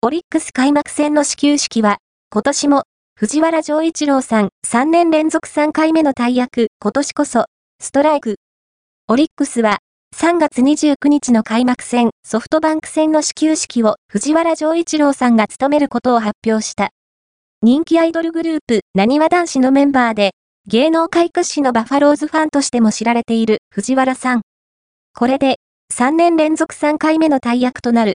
オリックス開幕戦の始球式は、今年も、藤原丈一郎さん3年連続3回目の大役、今年こそ、ストライク。オリックスは、3月29日の開幕戦、ソフトバンク戦の始球式を藤原丈一郎さんが務めることを発表した。人気アイドルグループ、なにわ男子のメンバーで、芸能界屈指のバファローズファンとしても知られている藤原さん。これで、3年連続3回目の大役となる。